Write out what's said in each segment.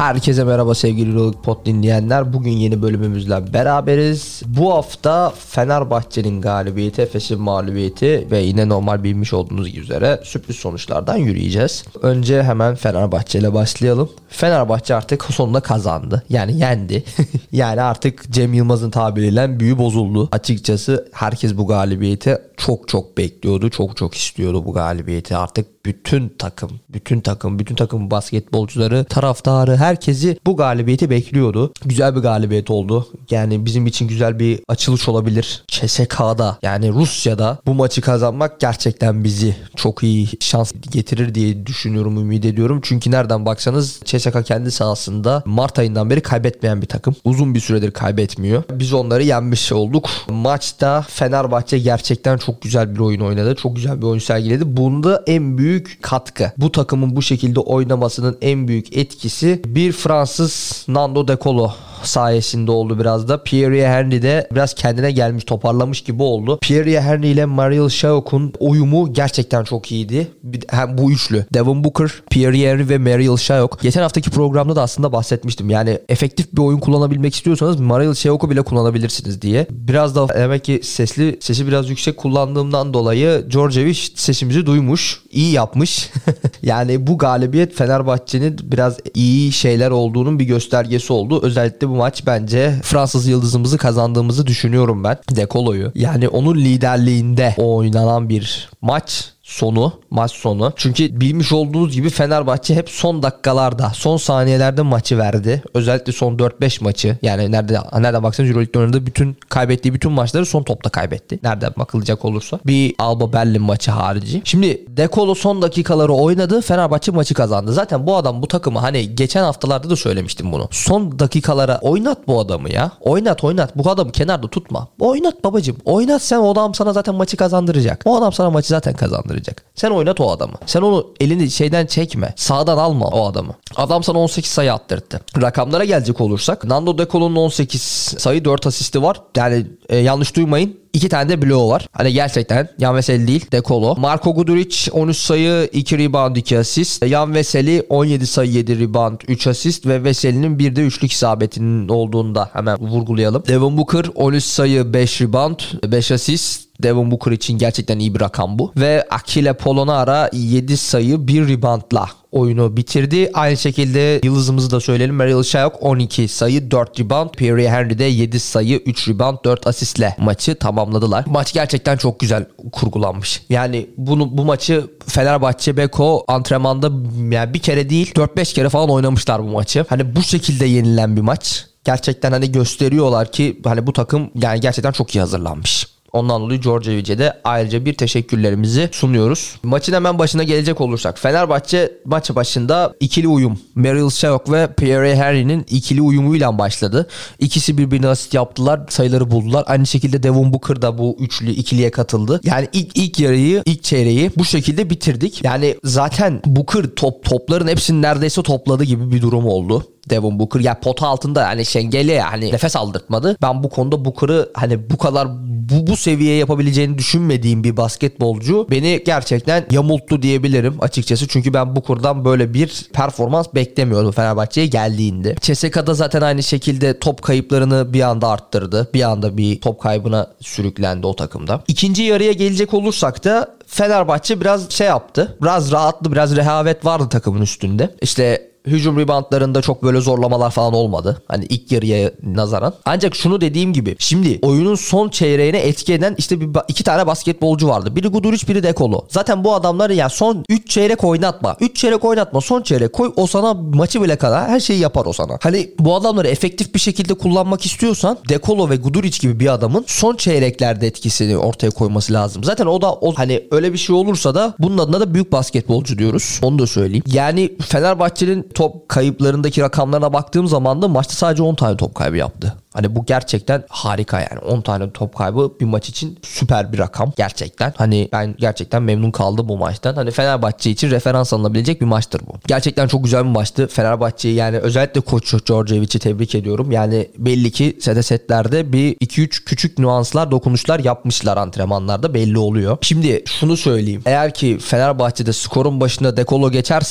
Herkese merhaba sevgili Euroleague Pod dinleyenler. Bugün yeni bölümümüzle beraberiz. Bu hafta Fenerbahçe'nin galibiyeti, Efes'in mağlubiyeti ve yine normal bilmiş olduğunuz üzere sürpriz sonuçlardan yürüyeceğiz. Önce hemen Fenerbahçe ile başlayalım. Fenerbahçe artık sonunda kazandı. Yani yendi. Yani artık Cem Yılmaz'ın tabiriyle büyü bozuldu. Açıkçası herkes bu galibiyeti çok bekliyordu. Çok istiyordu bu galibiyeti. Artık bütün takım basketbolcuları, taraftarı, herkesi bu galibiyeti bekliyordu. Güzel bir galibiyet oldu. Yani bizim için güzel bir açılış olabilir. CSKA'da yani Rusya'da bu maçı kazanmak gerçekten bizi çok iyi şans getirir diye düşünüyorum, ümit ediyorum. Çünkü nereden baksanız CSKA kendi sahasında Mart ayından beri kaybetmeyen bir takım. Uzun bir süredir kaybetmiyor. Biz onları yenmiş olduk. Maçta Fenerbahçe gerçekten çok güzel bir oyun oynadı. Çok güzel bir oyun sergiledi. Bunda en büyük katkı, bu takımın bu şekilde oynamasının en büyük etkisi bir Fransız Nando De Colo sayesinde oldu biraz da. Pierre Henry de biraz kendine gelmiş, toparlamış gibi oldu. Pierre Henry ile Mariel Shayok'un uyumu gerçekten çok iyiydi. Hem bu üçlü, Devin Booker, Pierre Henry ve Mariel Shayok. Geçen haftaki programda da aslında bahsetmiştim. Yani efektif bir oyun kullanabilmek istiyorsanız Mariel Shayok'u bile kullanabilirsiniz diye. Biraz da demek ki sesi biraz yüksek kullandığımdan dolayı Djordjevic sesimizi duymuş. İyi yapmış. Yani bu galibiyet Fenerbahçe'nin biraz iyi şeyler olduğunun bir göstergesi oldu. Özellikle bu maç bence Fransız yıldızımızı kazandığımızı düşünüyorum ben. De Colo'yu. Yani onun liderliğinde oynanan bir maç sonu. Çünkü bilmiş olduğunuz gibi Fenerbahçe hep son dakikalarda, son saniyelerde maçı verdi. Özellikle son 4-5 maçı. Yani nereden baksanız Euroleague'de oynadığı kaybettiği bütün maçları son topta kaybetti. Nereden bakılacak olursa. Bir Alba Berlin maçı harici. Şimdi De Colo son dakikaları oynadı. Fenerbahçe maçı kazandı. Zaten bu adam bu takımı, hani geçen haftalarda da söylemiştim bunu. Son dakikalara oynat bu adamı ya. Oynat. Bu adamı kenarda tutma. Oynat babacığım. Oynat sen, o adam sana zaten maçı kazandıracak. O adam sana maçı zaten kazandıracak. Sen oynat o adamı. Sen onu elini şeyden çekme. Sağdan alma o adamı. Adam sana 18 sayı attırdı. Rakamlara gelecek olursak Nando De Colo'nun 18 sayı 4 asisti var. Yani yanlış duymayın. 2 tane de bloğu var. Hani gerçekten Jan Veseli değil, De Colo. Marko Guduric 13 sayı 2 rebound 2 asist. Jan Veseli 17 sayı 7 rebound 3 asist ve Veseli'nin bir de üçlük isabetinin olduğunu da hemen vurgulayalım. Devin Booker 13 sayı 5 rebound 5 asist. Devin Booker için gerçekten iyi bir rakam bu. Ve Achille Polonara 7 sayı 1 reboundla oyunu bitirdi. Aynı şekilde yıldızımızı da söyleyelim. Mariel Shayok 12 sayı 4 rebound. Pierre Henry de 7 sayı 3 rebound 4 asistle maçı tamamladılar. Maç gerçekten çok güzel kurgulanmış. Yani bu maçı Fenerbahçe Beko antrenmanda yani bir kere değil 4-5 kere falan oynamışlar bu maçı. Hani bu şekilde yenilen bir maç. Gerçekten hani gösteriyorlar ki hani bu takım yani gerçekten çok iyi hazırlanmış. Ondan dolayı Djordjevic'e de ayrıca bir teşekkürlerimizi sunuyoruz. Maçın hemen başına gelecek olursak Fenerbahçe maçı başında ikili uyum, Mariel Shayok ve Pierre Henry'nin ikili uyumuyla başladı. İkisi birbirine asist yaptılar, sayıları buldular. Aynı şekilde Devin Booker da bu ikiliye katıldı. Yani ilk çeyreği bu şekilde bitirdik. Yani zaten Booker topların hepsini neredeyse topladı gibi bir durum oldu. Devin Booker ya pota altında hani Şengel'e ya hani nefes aldırtmadı. Ben bu konuda Booker'ı hani bu kadar bu seviyeye yapabileceğini düşünmediğim bir basketbolcu beni gerçekten yamulttu diyebilirim açıkçası. Çünkü ben Booker'dan böyle bir performans beklemiyordum Fenerbahçe'ye geldiğinde. CSKA'da zaten aynı şekilde top kayıplarını bir anda arttırdı. Bir anda bir top kaybına sürüklendi o takımda. İkinci yarıya gelecek olursak da Fenerbahçe biraz yaptı. Biraz rahatlı, biraz rehavet vardı takımın üstünde. İşte hücum reboundlarında çok böyle zorlamalar falan olmadı. Hani ilk yarıya nazaran. Ancak şunu dediğim gibi şimdi oyunun son çeyreğine etki eden işte iki tane basketbolcu vardı. Biri Guduric, biri De Colo. Zaten bu adamları yani son 3 çeyrek oynatma. 3 çeyrek oynatma. Son çeyrek koy. O sana maçı bile kadar her şeyi yapar o sana. Hani bu adamları efektif bir şekilde kullanmak istiyorsan De Colo ve Guduric gibi bir adamın son çeyreklerde etkisini ortaya koyması lazım. Zaten o hani öyle bir şey olursa da bunun adına da büyük basketbolcu diyoruz. Onu da söyleyeyim. Yani Fenerbahçe'nin top kayıplarındaki rakamlarına baktığım zaman da maçta sadece 10 tane top kaybı yaptı. Hani bu gerçekten harika yani. 10 tane top kaybı bir maç için süper bir rakam. Gerçekten. Hani ben gerçekten memnun kaldım bu maçtan. Hani Fenerbahçe için referans alınabilecek bir maçtır bu. Gerçekten çok güzel bir maçtı. Fenerbahçe'yi yani özellikle koç Djordjevic'i tebrik ediyorum. Yani belli ki setlerde bir 2-3 küçük nüanslar, dokunuşlar yapmışlar antrenmanlarda, belli oluyor. Şimdi şunu söyleyeyim. Eğer ki Fenerbahçe'de skorun başına De Colo geçerse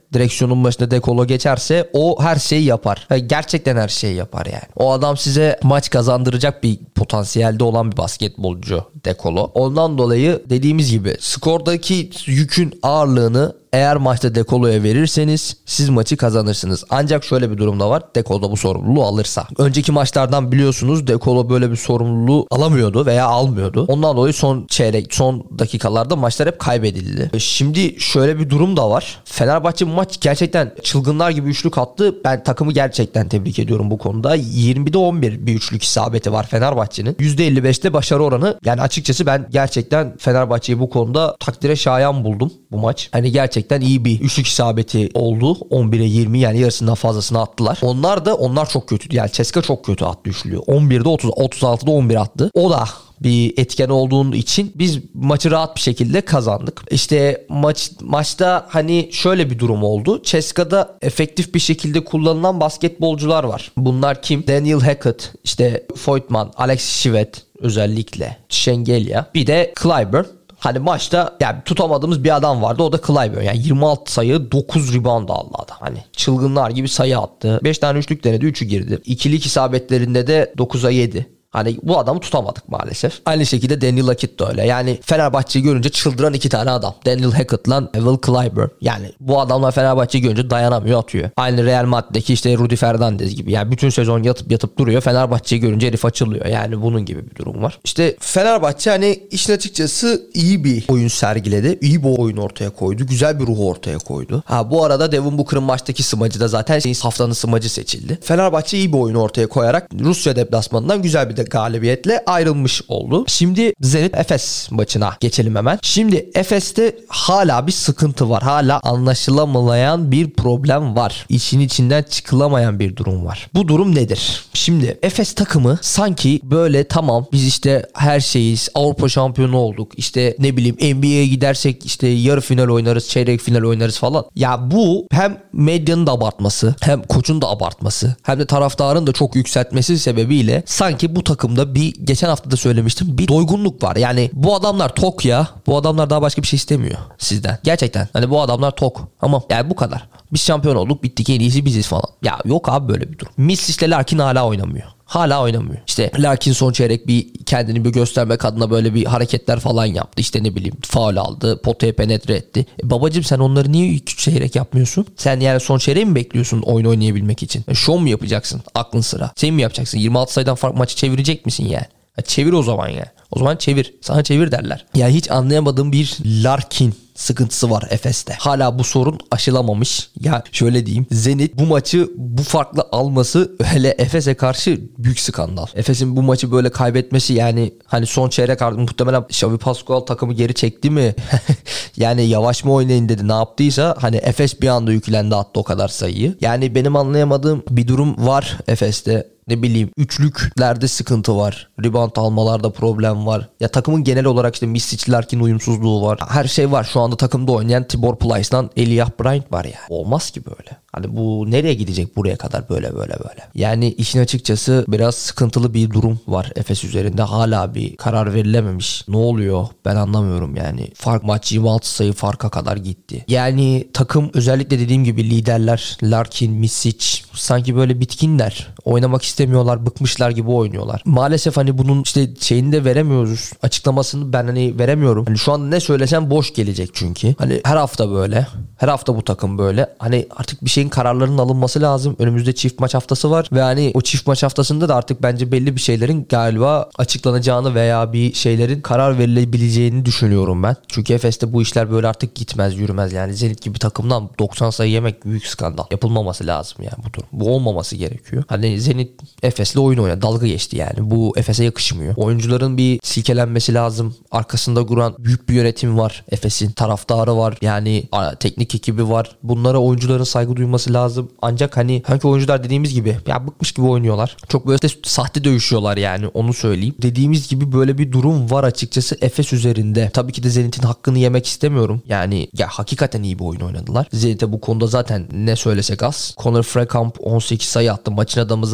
direksiyonun başında De Colo geçerse o her şeyi yapar. Gerçekten her şeyi yapar yani. O adam size maç kazandıracak bir potansiyelde olan bir basketbolcu De Colo. Ondan dolayı dediğimiz gibi skordaki yükün ağırlığını eğer maçta De Colo'ya verirseniz siz maçı kazanırsınız. Ancak şöyle bir durumda var. De Colo bu sorumluluğu alırsa. Önceki maçlardan biliyorsunuz De Colo böyle bir sorumluluğu alamıyordu veya almıyordu. Ondan dolayı son dakikalarda maçlar hep kaybedildi. Şimdi şöyle bir durum da var. Fenerbahçe bu maç gerçekten çılgınlar gibi üçlük attı. Ben takımı gerçekten tebrik ediyorum bu konuda. 20'de 11 bir üçlük isabeti var Fenerbahçe'nin. %55'te başarı oranı. Yani açıkçası ben gerçekten Fenerbahçe'yi bu konuda takdire şayan buldum bu maç. Hani gerçekten iyi bir üçlük isabeti oldu. 11'e 20 yani yarısından fazlasını attılar. Onlar çok kötüydü. Yani CSKA çok kötü attı üçlüyü. 11'de 30, 36'da 11 attı. O da bir etken olduğu için biz maçı rahat bir şekilde kazandık. İşte maçta hani şöyle bir durum oldu. CSKA'da efektif bir şekilde kullanılan basketbolcular var. Bunlar kim? Daniel Hackett, işte Voigtman, Alex Şivet özellikle, Şengelya, bir de Clyburn. Hani maçta yani tutamadığımız bir adam vardı, o da Clyburn. Yani 26 sayı 9 rebound aldı adam. Hani çılgınlar gibi sayı attı. 5 tane üçlük denedi, 3'ü girdi. İkilik isabetlerinde de 9'a 7. Hani bu adamı tutamadık maalesef. Aynı şekilde Daniel Hackett da öyle. Yani Fenerbahçe'yi görünce çıldıran iki tane adam. Daniel Hackett'la Will Clyburn. Yani bu adamlar Fenerbahçe'yi görünce dayanamıyor, atıyor. Aynı Real Madrid'deki işte Rudy Fernandez gibi. Yani bütün sezon yatıp duruyor. Fenerbahçe'yi görünce herif açılıyor. Yani bunun gibi bir durum var. İşte Fenerbahçe hani işin açıkçası iyi bir oyun sergiledi. İyi bir oyun ortaya koydu. Güzel bir ruh ortaya koydu. Bu arada Devin Booker'ın maçtaki smacı da zaten haftanın smacı seçildi. Fenerbahçe iyi bir oyun ortaya koyarak Rusya deplasmanından güzel bir de galibiyetle ayrılmış oldu. Şimdi Zenit Efes maçına geçelim hemen. Şimdi Efes'te hala bir sıkıntı var. Hala anlaşılamayan bir problem var. İşin içinden çıkılamayan bir durum var. Bu durum nedir? Şimdi Efes takımı sanki böyle tamam biz işte her şeyiz. Avrupa şampiyonu olduk. İşte ne bileyim NBA'ye gidersek işte yarı final oynarız, çeyrek final oynarız falan. Ya bu hem medyanın da abartması, hem koçun da abartması, hem de taraftarın da çok yükseltmesi sebebiyle sanki bu takımda geçen hafta da söylemiştim, bir doygunluk var. Yani bu adamlar tok ya. Bu adamlar daha başka bir şey istemiyor sizden. Gerçekten. Hani bu adamlar tok. Ama yani bu kadar. Biz şampiyon olduk, bittik, en iyisi biziz falan. Ya yok abi böyle bir durum. Misliç'le Larkin hala oynamıyor. Hala oynamıyor. İşte Larkin son çeyrek bir kendini bir göstermek adına böyle bir hareketler falan yaptı. İşte ne bileyim faul aldı. Potaya penetre etti. Babacım sen onları niye ilk çeyrek yapmıyorsun? Sen yani son çeyreği mi bekliyorsun oyun oynayabilmek için? Şov mu yapacaksın aklın sıra? Sen mi yapacaksın? 26 sayıdan fark maçı çevirecek misin yani? Çevir o zaman ya. O zaman çevir. Sana çevir derler. Yani hiç anlayamadığım bir Larkin sıkıntısı var Efes'te. Hala bu sorun aşılamamış. Ya şöyle diyeyim. Zenit bu maçı bu farklı alması hele Efes'e karşı büyük skandal. Efes'in bu maçı böyle kaybetmesi, yani hani son çeyrek artık muhtemelen Xavi Pascual takımı geri çekti mi? Yani yavaş mı oynayın dedi, ne yaptıysa hani Efes bir anda yüklendi, attı o kadar sayıyı. Yani benim anlayamadığım bir durum var Efes'te. Ne bileyim üçlüklerde sıkıntı var. Rebound almalarda problem var. Ya takımın genel olarak işte Mislic Larkin uyumsuzluğu var. Her şey var. Şu anda takımda oynayan Tibor Plyce'dan Elijah Bryant var ya. Olmaz ki böyle. Hani bu nereye gidecek buraya kadar böyle. Yani işin açıkçası biraz sıkıntılı bir durum var Efes üzerinde. Hala bir karar verilememiş. Ne oluyor ben anlamıyorum yani. Maç 26 sayı farka kadar gitti. Yani takım özellikle dediğim gibi liderler Larkin, Mislic sanki böyle bitkinler. Oynamak istemiyorlar, bıkmışlar gibi oynuyorlar. Maalesef hani bunun işte şeyini de veremiyoruz. Açıklamasını ben hani veremiyorum. Hani şu an ne söylesem boş gelecek çünkü. Hani her hafta böyle. Her hafta bu takım böyle. Hani artık bir şeyin kararlarının alınması lazım. Önümüzde çift maç haftası var ve hani o çift maç haftasında da artık bence belli bir şeylerin galiba açıklanacağını veya bir şeylerin karar verilebileceğini düşünüyorum ben. Çünkü Efes'te bu işler böyle artık gitmez, yürümez. Yani Zenit gibi takımdan 90 sayı yemek büyük skandal. Yapılmaması lazım yani bu durum. Bu olmaması gerekiyor. Hani Zenit Efes'le oyun oynadı. Dalga geçti yani. Bu Efes'e yakışmıyor. Oyuncuların bir silkelenmesi lazım. Arkasında duran büyük bir yönetim var. Efes'in taraftarı var. Yani teknik ekibi var. Bunlara oyuncuların saygı duyması lazım. Ancak hani hangi oyuncular dediğimiz gibi ya bıkmış gibi oynuyorlar. Çok böyle sahte dövüşüyorlar yani, onu söyleyeyim. Dediğimiz gibi böyle bir durum var açıkçası Efes üzerinde. Tabii ki de Zenit'in hakkını yemek istemiyorum. Yani ya hakikaten iyi bir oyun oynadılar. Zenit'e bu konuda zaten ne söylesek az. Conor Frekamp 18 sayı attı. Maçın adamı zaten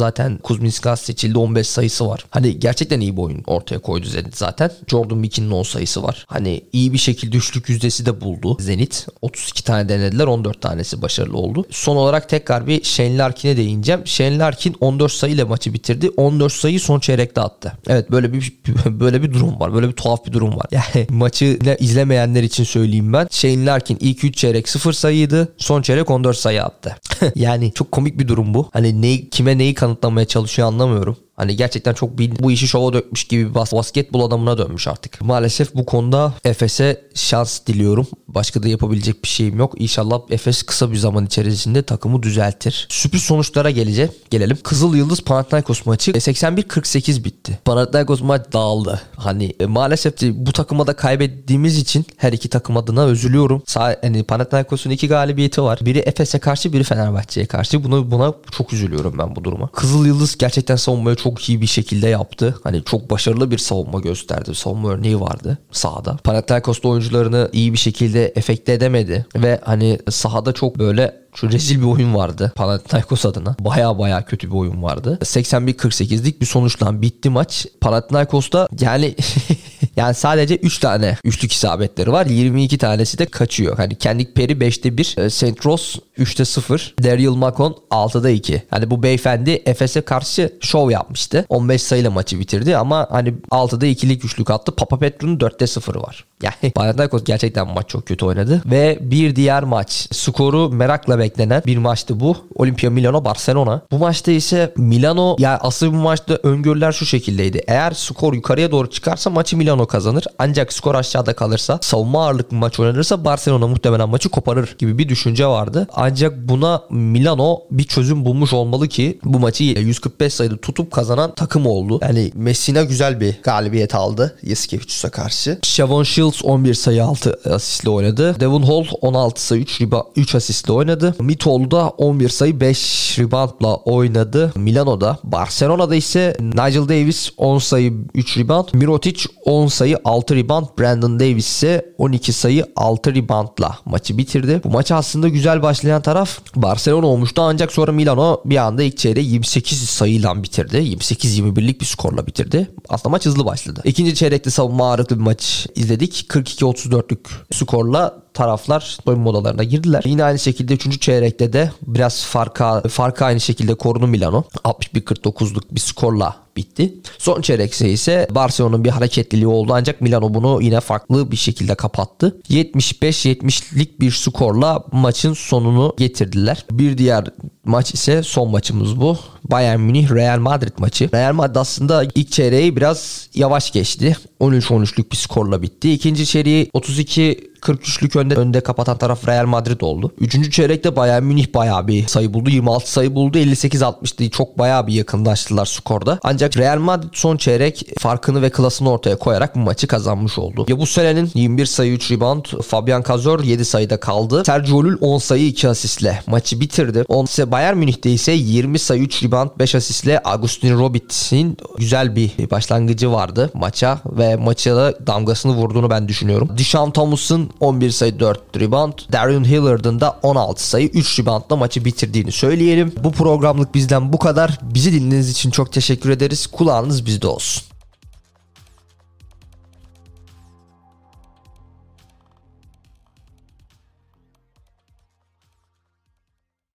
Kuzminska seçildi, 15 sayısı var. Hani gerçekten iyi bir oyun ortaya koydu Zenit zaten. Jordan Mickey'nin 10 sayısı var. Hani iyi bir şekilde üçlük yüzdesi de buldu Zenit. 32 tane denediler, 14 tanesi başarılı oldu. Son olarak tekrar bir Shane Larkin'e değineceğim. Shane Larkin 14 sayıyla maçı bitirdi. 14 sayı son çeyrekte attı. Evet, böyle bir durum var. Böyle bir tuhaf bir durum var. Yani maçı izlemeyenler için söyleyeyim ben. Shane Larkin ilk 3 çeyrek 0 sayıydı. Son çeyrek 14 sayı attı. Yani çok komik bir durum bu. Hani kime neyi kanıtlamaya çalışıyor anlamıyorum. Hani gerçekten çok bu işi şova dökmüş gibi bir basketbol adamına dönmüş artık. Maalesef bu konuda Efes'e şans diliyorum. Başka da yapabilecek bir şeyim yok. İnşallah Efes kısa bir zaman içerisinde takımı düzeltir. Sürpriz sonuçlara gelelim. Kızıl Yıldız Panathinaikos maçı 81-48 bitti. Panathinaikos maç dağıldı. Hani maalesef de bu takıma da kaybettiğimiz için her iki takım adına üzülüyorum. Hani Panathinaikos'un 2 galibiyeti var. Biri Efes'e karşı, biri Fenerbahçe'ye karşı. Buna çok üzülüyorum ben bu duruma. Kızıl Yıldız gerçekten savunmayı çok iyi bir şekilde yaptı. Hani çok başarılı bir savunma gösterdi. Savunma örneği vardı sahada. Panathinaikos'ta oyuncularını iyi bir şekilde efekte edemedi ve hani sahada çok böyle rezil bir oyun vardı Panathinaikos adına. Baya kötü bir oyun vardı. 81-48'lik bir sonuçla bitti maç. Panathinaikos'ta yani yani sadece 3 tane üçlük isabetleri var. 22 tanesi de kaçıyor. Hani Kendrick Perry 5'te 1, St. Rose 3'te 0, Daryl Macon 6'da 2. Hani bu beyefendi Efes'e karşı şov yapmıştı. 15 sayıyla maçı bitirdi ama hani 6'da 2'lik üçlük attı. Papapetro'nun 4'te 0'ı var. Yani Panathinaikos gerçekten maç çok kötü oynadı. Ve bir diğer maç. Skoru merakla beklenen bir maçtı bu. Olimpia Milano Barcelona. Bu maçta ise Milano, yani asıl bu maçta öngörüler şu şekildeydi. Eğer skor yukarıya doğru çıkarsa maçı Milano kazanır. Ancak skor aşağıda kalırsa, savunma ağırlıklı maç oynanırsa Barcelona muhtemelen maçı koparır gibi bir düşünce vardı. Ancak buna Milano bir çözüm bulmuş olmalı ki bu maçı 145 sayıda tutup kazanan takım oldu. Yani Messina güzel bir galibiyet aldı Yasikevicius'a karşı. Shavon Shields 11 sayı 6 asistle oynadı. Devon Hall 16 sayı 3 asistle oynadı. Mitoğlu da 11 sayı 5 reboundla oynadı Milano'da. Barcelona'da ise Nigel Davis 10 sayı 3 rebound. Mirotic 10 sayı 6 rebound. Brandon Davis ise 12 sayı 6 reboundla maçı bitirdi. Bu maçı aslında güzel başlayan taraf Barcelona olmuştu, ancak sonra Milano bir anda ilk çeyreği 28 sayıyla bitirdi. 28-21'lik bir skorla bitirdi. Aslında maç hızlı başladı. İkinci çeyrekte savunma ağırlıklı bir maç izledik. 42-34'lük skorla taraflar soyunma odalarına girdiler. Yine aynı şekilde 3. çeyrekte de biraz farkı aynı şekilde korudu Milano. 61-49'luk bir skorla bitti. Son çeyrekse ise Barcelona'nın bir hareketliliği oldu, ancak Milano bunu yine farklı bir şekilde kapattı. 75-70'lik bir skorla maçın sonunu getirdiler. Bir diğer maç ise son maçımız bu. Bayern Münih Real Madrid maçı. Real Madrid aslında ilk çeyreği biraz yavaş geçti. 13-13'lük bir skorla bitti. İkinci çeyreği 43'lük önde kapatan taraf Real Madrid oldu. Üçüncü çeyrekte Bayern Münih bayağı bir sayı buldu. 26 sayı buldu. 58-60'tı. Çok bayağı bir yakınlaştılar skorda. Ancak Real Madrid son çeyrek farkını ve klasını ortaya koyarak bu maçı kazanmış oldu. Ya bu senenin 21 sayı 3 rebound, Fabian Cazor 7 sayıda kaldı. Sergio Llull 10 sayı 2 asistle maçı bitirdi. Bayern Münih'te ise 20 sayı 3 rebound 5 asistle Agustin Robitz'in güzel bir başlangıcı vardı maça ve maça da damgasını vurduğunu ben düşünüyorum. Dishon Thomas'ın 11 sayı 4 rebound, Darian Hilliard'ın da 16 sayı 3 reboundla maçı bitirdiğini söyleyelim. Bu programlık bizden bu kadar. Bizi dinlediğiniz için çok teşekkür ederiz. Kulağınız bizde olsun.